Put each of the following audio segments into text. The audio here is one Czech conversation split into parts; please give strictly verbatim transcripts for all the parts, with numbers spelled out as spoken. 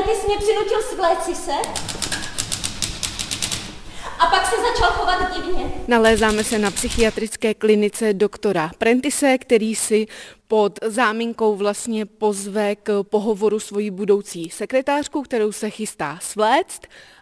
ty jsi mě přinutil svléci se a pak se začal chovat divně. Nalézáme se na psychiatrické klinice doktora Prentise, který si pod záminkou vlastně pozve k pohovoru svoji budoucí sekretářku, kterou se chystá svléct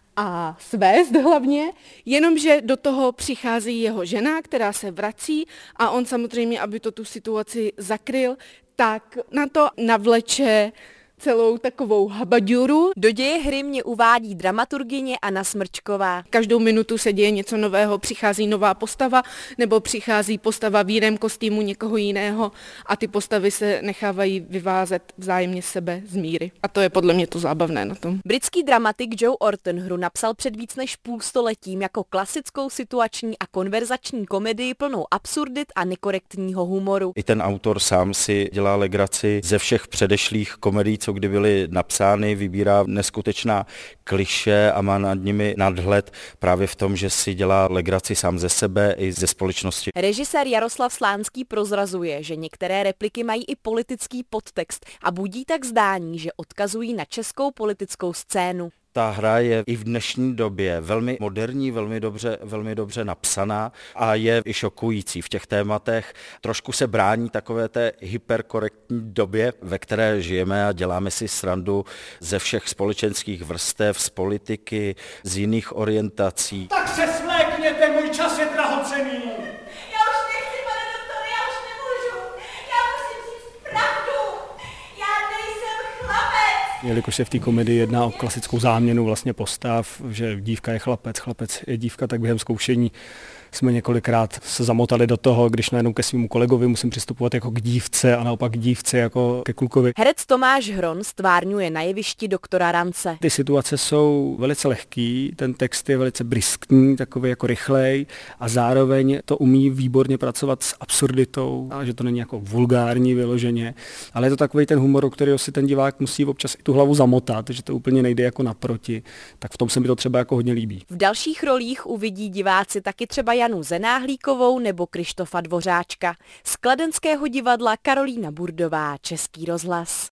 a svést hlavně, jenomže do toho přichází jeho žena, která se vrací a on samozřejmě, aby to tu situaci zakryl, tak na to navleče celou takovou habaďuru. Do děje hry mě uvádí dramaturgyně Anna Smrčková. Každou minutu se děje něco nového, přichází nová postava, nebo přichází postava v jiném kostýmu někoho jiného a ty postavy se nechávají vyvázet vzájemně sebe z míry. A to je podle mě to zábavné na tom. Britský dramatik Joe Orton hru napsal před víc než půlstoletím jako klasickou situační a konverzační komedii plnou absurdit a nekorektního humoru. I ten autor sám si dělá legraci ze všech předešlých komedií, co kdy byly napsány, vybírá neskutečná klišé a má nad nimi nadhled právě v tom, že si dělá legraci sám ze sebe i ze společnosti. Režisér Jaroslav Slánský prozrazuje, že některé repliky mají i politický podtext a budí tak zdání, že odkazují na českou politickou scénu. Ta hra je i v dnešní době velmi moderní, velmi dobře, velmi dobře napsaná a je i šokující v těch tématech. Trošku se brání takové té hyperkorektní době, ve které žijeme a děláme si srandu ze všech společenských vrstev, z politiky, z jiných orientací. Tak se svlékněte, můj čas je drahocenný. Já už nechci, pane doktore, já už nemůžu. Já musím říct pravdu. Já nejsem chlapec. Jelikož se v té komedii jedná o klasickou záměnu vlastně postav, že dívka je chlapec, chlapec je dívka, tak během zkoušení jsme několikrát se zamotali do toho, když najednou ke svému kolegovi musím přistupovat jako k dívce a naopak k dívce jako ke klukovi. Herec Tomáš Hron stvárňuje na jevišti doktora Rance. Ty situace jsou velice lehký, ten text je velice briskný, takový jako rychlej a zároveň to umí výborně pracovat s absurditou, a že to není jako vulgární vyloženě, ale je to takový ten humor, o kterého si ten divák musí občas i tu hlavu zamotat, že to úplně nejde jako naproti, tak v tom se mi to třeba jako hodně líbí. V dalších rolích uvidí diváci taky třeba Janu Zenáhlíkovou nebo Krištofa Dvořáčka. Z kladenského divadla Karolína Burdová, Český rozhlas.